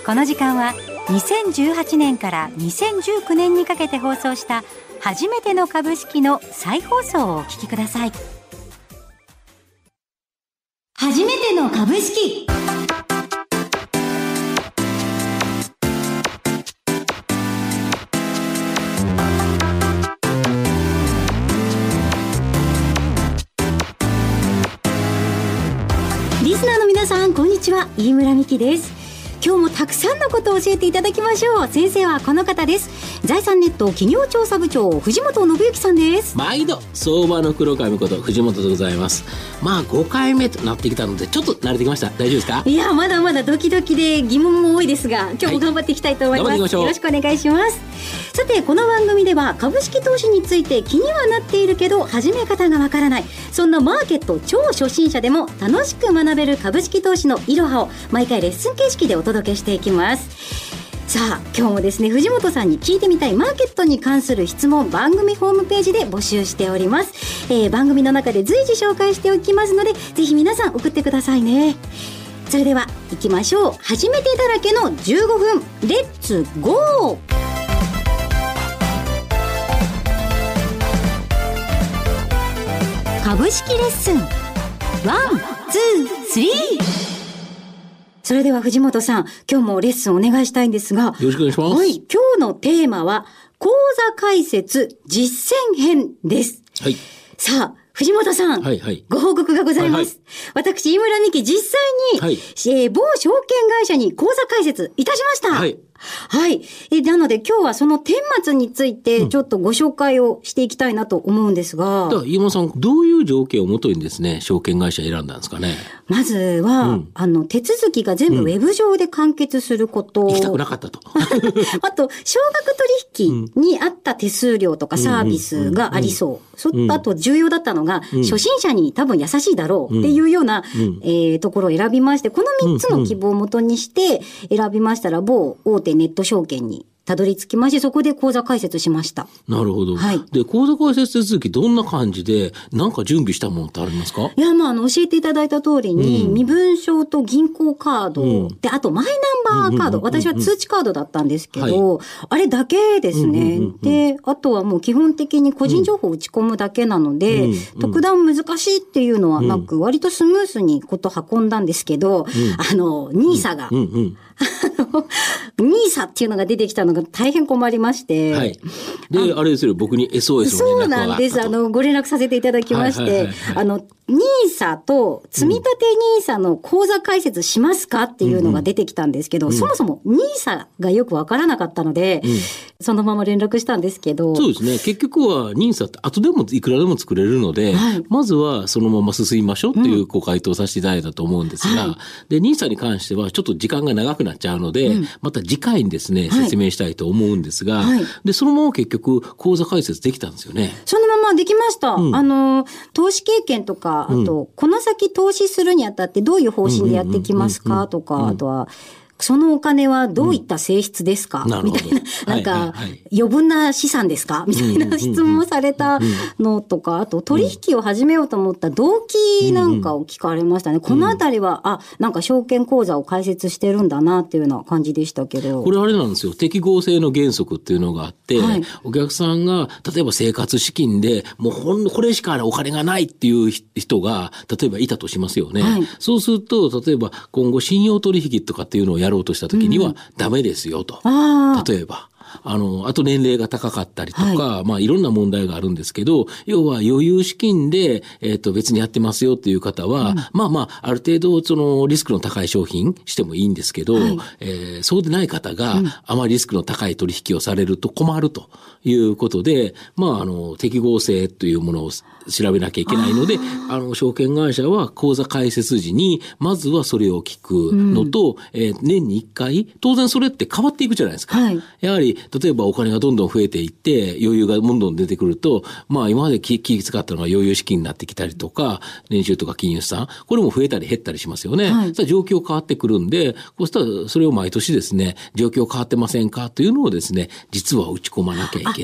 この時間は2018年から2019年にかけて放送した初めての株式の再放送をお聞きください。初めての株式。リスナーの皆さん、こんにちは。飯村美希です。今日もたくさんのことを教えていただきましょう。先生はこの方です。財産ネット企業調査部長、藤本信之さんです。 毎度相場の黒髪こと藤本でございます。5回目となってきたのでちょっと慣れてきました。大丈夫ですか？ いや、まだまだドキドキで疑問も多いですが、今日も頑張っていきたいと思います。よろしくお願いします。さて、この番組では株式投資について気にはなっているけど始め方がわからない、そんなマーケット超初心者でも楽しく学べる株式投資のいろはを毎回レッスン形式でお届けしていきます。さあ、今日もですね、藤本さんに聞いてみたいマーケットに関する質問、番組ホームページで募集しております。番組の中で随時紹介しておきますので、ぜひ皆さん送ってくださいね。それでは行きましょう。初めてだらけの15分レッツゴー。株式レッスン1、2、3。それでは藤本さん、今日もレッスンお願いしたいんですが、 よろしくお願いします。 はい、今日のテーマは口座開設実践編です。 はい。 さあ、藤本さん、 はいはい、 ご報告がございます。はいはい、私、飯村美希、実際に、はい、某証券会社に口座開設いたしました。はい。はい。なので今日はその顛末についてちょっとご紹介をしていきたいなと思うんですが。 だから飯村さん、どういう条件をもとにですね、証券会社選んだんですかね。 まずは、手続きが全部ウェブ上で完結すること。 行きたくなかったと。 あと、少額取引に合った手数料とかサービスがありそう。あと、重要だったのが、初心者に多分優しいだろうっていうような、ところを選びまして、この3つの希望をもとにして選びましたら、某大手ネット証券にたどり着きまして、そこで口座開設しました。 なるほど。はい。で、口座開設手続きどんな感じで、なんか準備したものってありますか？ いや、教えていただいた通りに、身分証と銀行カード、で、あとマイナンバーカード、私は通知カードだったんですけど、あれだけですね。で、あとはもう基本的に個人情報を打ち込むだけなので、特段難しいっていうのはなく、割とスムースにこと運んだんですけど、NISA が、NISA っていうのが出てきたのが大変困りまして。はい。 で、あれですよ、僕に SOS の連絡があったと。そうなんです。ご連絡させていただきまして、NISA と積立 NISA の口座開設しますかっていうのが出てきたんですけど、そもそも NISA がよくわからなかったので、そのまま連絡したんですけど。 そうですね。結局は NISA って後でもいくらでも作れるので、まずはそのまま進みましょうっていうご回答させていただいたと思うんですが、で、NISA に関してはちょっと時間が長くなっちゃうので、また次回にですね、説明したいと思うんですが、で、そのまま結局口座開設できたんですよね。 そのままできました。投資経験とか、あと、この先投資するにあたってどういう方針でやってきますかとか、あとは、そのお金はどういった性質ですか、みたいな。なんか、余分な資産ですかみたいな質問をされたのとか、あと取引を始めようと思った動機なんかを聞かれましたね。このあたりは、なんか証券口座を開設してるんだなっていうような感じでしたけど。 これあれなんですよ。適合性の原則っていうのがあって、お客さんが、例えば生活資金で、もうこれしかお金がないっていう人が、例えばいたとしますよね。そうすると、例えば今後信用取引とかっていうのをやろうとした時にはダメですよと。例えば。あと年齢が高かったりとか、いろんな問題があるんですけど、要は余裕資金で、別にやってますよっていう方は、ある程度、リスクの高い商品してもいいんですけど、そうでない方があまりリスクの高い取引をされると困るということで、適合性というものを調べなきゃいけないので、証券会社は口座開設時に、まずはそれを聞くのと、年に1回、当然それって変わっていくじゃないですか。やはり、例えばお金がどんどん増えていって、余裕がどんどん出てくると、今まで気使ったのが余裕資金になってきたりとか、年収とか金融資産、これも増えたり減ったりしますよね。そしたら状況変わってくるんで、そしたらそれを毎年ですね、状況変わってませんかというのをですね、実は打ち込まなきゃいけない。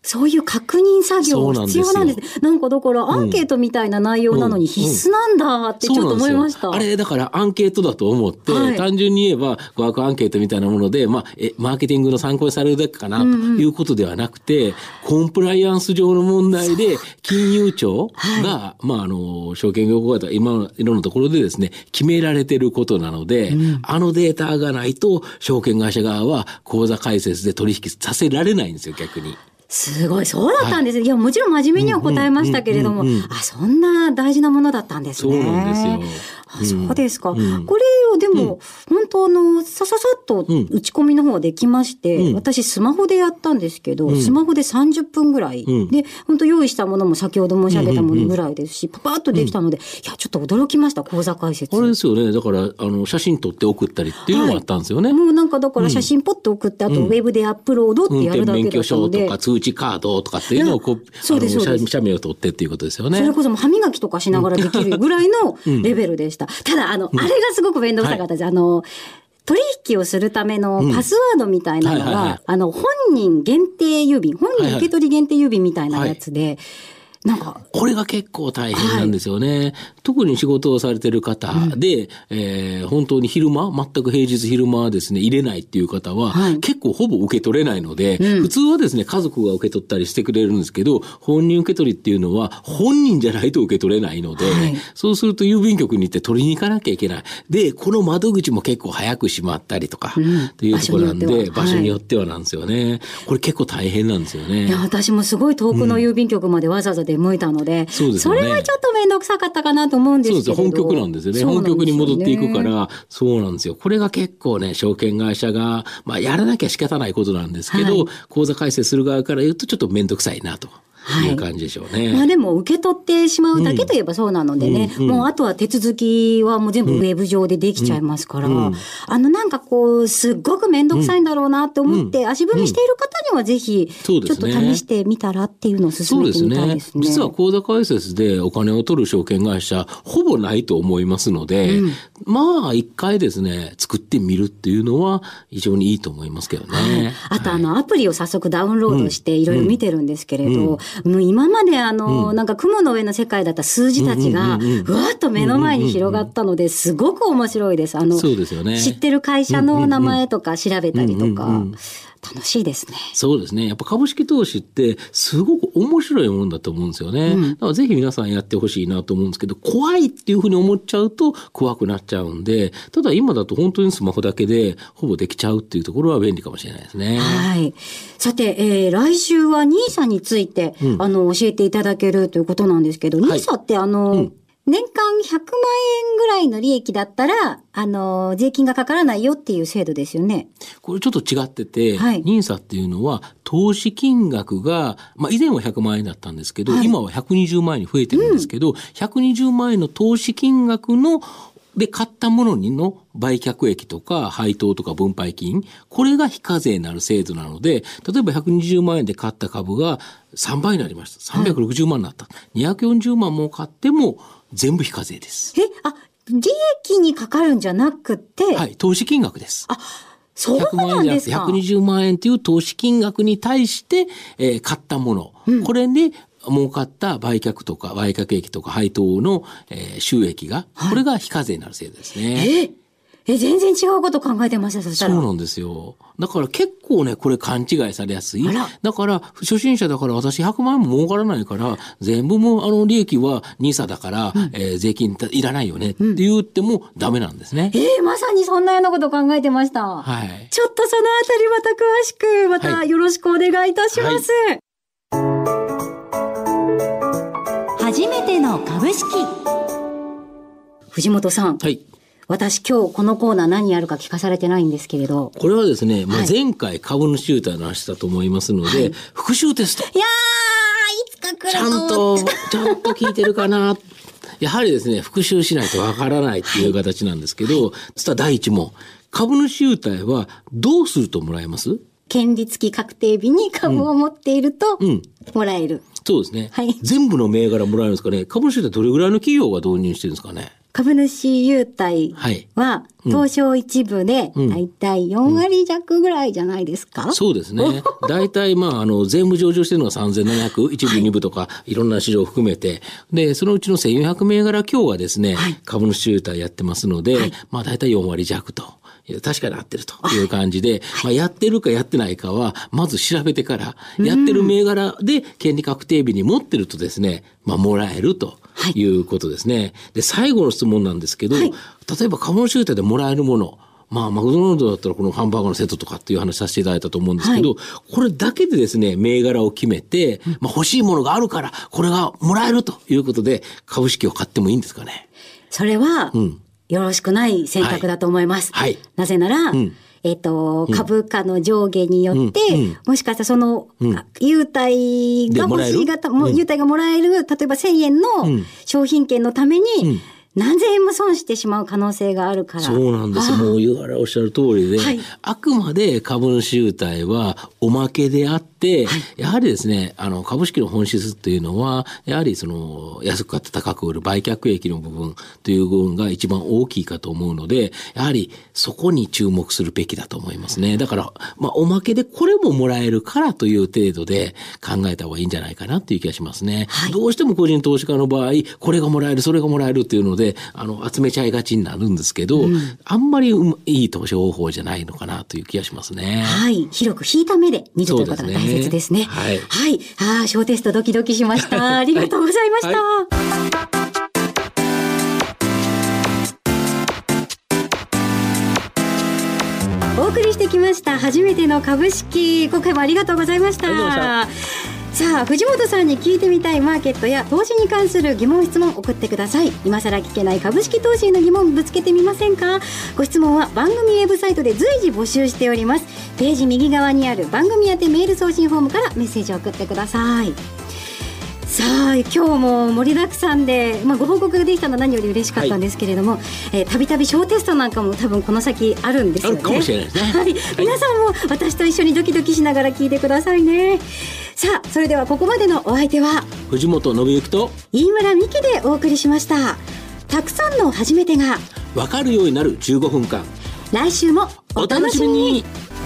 そういう確認作業必要なんですね。なんかだからアンケートみたいな内容なのに必須なんだってちょっと思いました。 あれだからアンケートだと思って、単純に言えば語学アンケートみたいなもので、マーケティングの参考にされるだけかなということではなくて、コンプライアンス上の問題で金融庁が、証券業界とか今いろんなところでですね、決められていることなので、データがないと証券会社側は口座開設で取引させられないんですよ、逆に。 すごい、そうだったんです。いや、もちろん真面目には答えましたけれども、そんな大事なものだったんですね。 そうなんですよ。 そうですか。これをでも、本当ささっと打ち込みの方できまして、私スマホでやったんですけど、スマホで30分ぐらい、で、本当用意したものも先ほど申し上げたものぐらいですし、パパッとできたので、いや、ちょっと驚きました、口座開設。 あれですよね。だから、写真撮って送ったりっていうのもあったんですよね。 もうなんかだから写真ポッと送って、あとウェブでアップロードってやるだけだったので。 免許証とか通知カードとかっていうのを写メを撮ってっていうことですよね。 それこそもう歯磨きとかしながらできるぐらいのレベルでした。ただ、あれがすごく面倒くさかったです。取引をするためのパスワードみたいなのが、本人限定郵便、本人受け取り限定郵便みたいなやつで、なんか。 これが結構大変なんですよね。特に仕事をされてる方で、本当に全く平日昼間はですね、入れないっていう方は、結構ほぼ受け取れないので、普通はですね、家族が受け取ったりしてくれるんですけど、本人受け取りっていうのは、本人じゃないと受け取れないので、そうすると郵便局に行って取りに行かなきゃいけない。で、この窓口も結構早く閉まったりとか、っていうところなんで、場所によってはなんですよね。これ結構大変なんですよね。 いや、私もすごい遠くの郵便局までわざわざ出向いたので、それはちょっと面倒くさかったかなと思うんですけど。 そうです。本局なんですよね。本局に戻っていくから、そうなんですよ。これが結構ね、証券会社が、やらなきゃ仕方ないことなんですけど、口座開設する側から言うとちょっと面倒くさいなと。いう感じでしょうね。 でも受け取ってしまうだけといえばそうなのでね、もうあとは手続きはもう全部ウェブ上でできちゃいますから、なんかすっごくめんどくさいんだろうなって思って足踏みしている方にはぜひ、ちょっと試してみたらっていうのを勧めてみたいですね。 実は口座開設でお金を取る証券会社、ほぼないと思いますので、一回ですね、作ってみるっていうのは非常にいいと思いますけどね。 あとアプリを早速ダウンロードしていろいろ見てるんですけれど、もう今までなんか雲の上の世界だった数字たちが、ふわっと目の前に広がったので、すごく面白いです。 そうですよね。 知ってる会社の名前とか調べたりとか。楽しいですね。 そうですね。やっぱ株式投資ってすごく面白いものだと思うんですよね。だからぜひ皆さんやってほしいなと思うんですけど、怖いっていうふうに思っちゃうと怖くなっちゃうんで、ただ今だと本当にスマホだけでほぼできちゃうっていうところは便利かもしれないですね。 はい。さて、来週はNISAについて、教えていただけるということなんですけど、NISAって年間100万円ぐらいの利益だったら、税金がかからないよっていう制度ですよね。 これちょっと違ってて、NISAっていうのは、投資金額が、以前は100万円だったんですけど、今は120万円に増えてるんですけど、120万円の投資金額で買ったものの売却益とか配当とか分配金、これが非課税になる制度なので、例えば120万円で買った株が3倍になりました。360万になった。240万も買っても全部非課税です。 利益にかかるんじゃなくて、 投資金額です。 そうなんですか。 120万円という投資金額に対して、買ったもの、これで儲かった売却とか売却益とか配当の、収益が、これが非課税になる制度ですね。 全然違うこと考えてました、そしたら。 そうなんですよ。だから結構ね、これ勘違いされやすい。だから、初心者だから私100万円も儲からないから、全部も利益はNISAだから、税金いらないよねって言ってもダメなんですね。 まさにそんなようなことを考えてました。ちょっとそのあたりまた詳しく、またよろしくお願いいたします。初めての株式。藤本さん。私今日このコーナー何やるか聞かされてないんですけれど。 これはですね、前回株主優待の話だと思いますので、復習テスト。 いやー、いつか来ると思ってちゃんと聞いてるかな。やはりですね、復習しないとわからないっていう形なんですけど、実は第一問、株主優待はどうするともらえます？ 権利付き確定日に株を持っていると、もらえる。 そうですね。全部の銘柄もらえるんですかね。株主優待どれぐらいの企業が導入してるんですかね。 株主優待は、東証一部でだいたい4割弱ぐらいじゃないですか？ そうですね。だいたい全部上場してるのが3700、一部二部とか、いろんな市場を含めて、で、そのうちの1400銘柄強はですね、株主優待やってますので、だいたい4割弱と。確かに合ってるという感じで、やってるかやってないかは、まず調べてから、やってる銘柄で権利確定日に持ってるとですね、もらえるということですね。で、最後の質問なんですけど、例えば株主優待でもらえるもの、マクドナルドだったらこのハンバーガーのセットとかっていう話させていただいたと思うんですけど、これだけでですね、銘柄を決めて、欲しいものがあるから、これがもらえるということで、株式を買ってもいいんですかね？ それは、よろしくない選択だと思います。なぜなら、株価の上下によって、もしかしたらその、優待が欲しい方、優待がもらえる、例えば1000円の商品券のために、何千円も損してしまう可能性があるから。 そうなんですよ。もう湯原おっしゃる通りで、あくまで株主優待はおまけであって、やはりですね、株式の本質っていうのは、やはり安く買って高く売る売却益の部分という部分が一番大きいかと思うので、やはりそこに注目するべきだと思いますね。だから、おまけでこれももらえるからという程度で考えた方がいいんじゃないかなっていう気がしますね。どうしても個人投資家の場合、これがもらえる、それがもらえるっていうので、集めちゃいがちになるんですけど、あんまりいい投資方法じゃないのかなという気がしますね。 広く引いた目で見るということが大切ですね。小テストドキドキしました。ありがとうございました。お送りしてきました初めての株式、今回もありがとうございました。さあ、藤本さんに聞いてみたいマーケットや投資に関する疑問質問を送ってください。今更聞けない株式投資への疑問ぶつけてみませんか？ご質問は番組ウェブサイトで随時募集しております。ページ右側にある番組宛てメール送信フォームからメッセージを送ってください。さあ、今日も盛りだくさんで、ご報告ができたのは何より嬉しかったんですけれども、たびたび小テストなんかも多分この先あるんですよね。 あるかもしれないですね。 皆さんも私と一緒にドキドキしながら聞いてくださいね。さあ、それではここまでのお相手は藤本信之と飯村美希でお送りしました。たくさんの初めてが分かるようになる15分間。 来週もお楽しみに。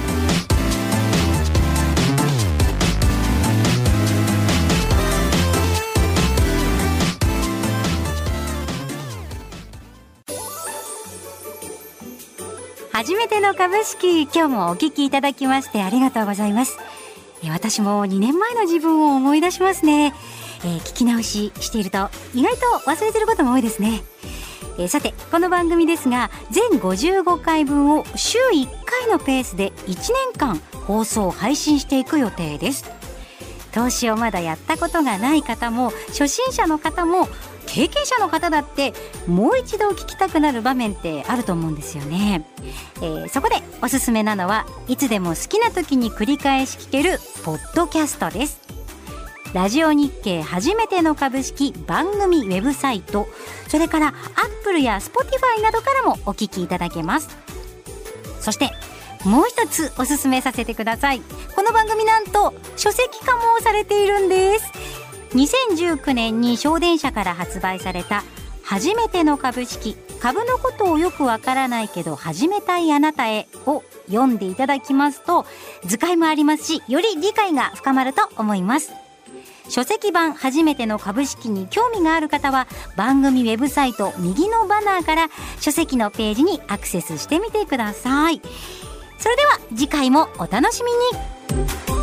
初めての株式、今日もお聞きいただきましてありがとうございます。私も2年前の自分を思い出しますね。聞き直ししていると意外と忘れてることも多いですね。さて、この番組ですが全55回分を週1回のペースで1年間放送配信していく予定です。投資をまだやったことがない方も初心者の方も経験者の方だってもう一度聞きたくなる場面ってあると思うんですよね。そこでおすすめなのはいつでも好きな時に繰り返し聞けるポッドキャストです。ラジオ日経初めての株式番組ウェブサイト、それからアップルやスポティファイなどからもお聞きいただけます。そしてもう一つおすすめさせてください。この番組なんと書籍化もされているんです。2019年に小電社から発売された初めての株式、株のことをよくわからないけど始めたいあなたへを読んでいただきますと図解もありますし、より理解が深まると思います。書籍版初めての株式に興味がある方は番組ウェブサイト右のバナーから書籍のページにアクセスしてみてください。それでは次回もお楽しみに。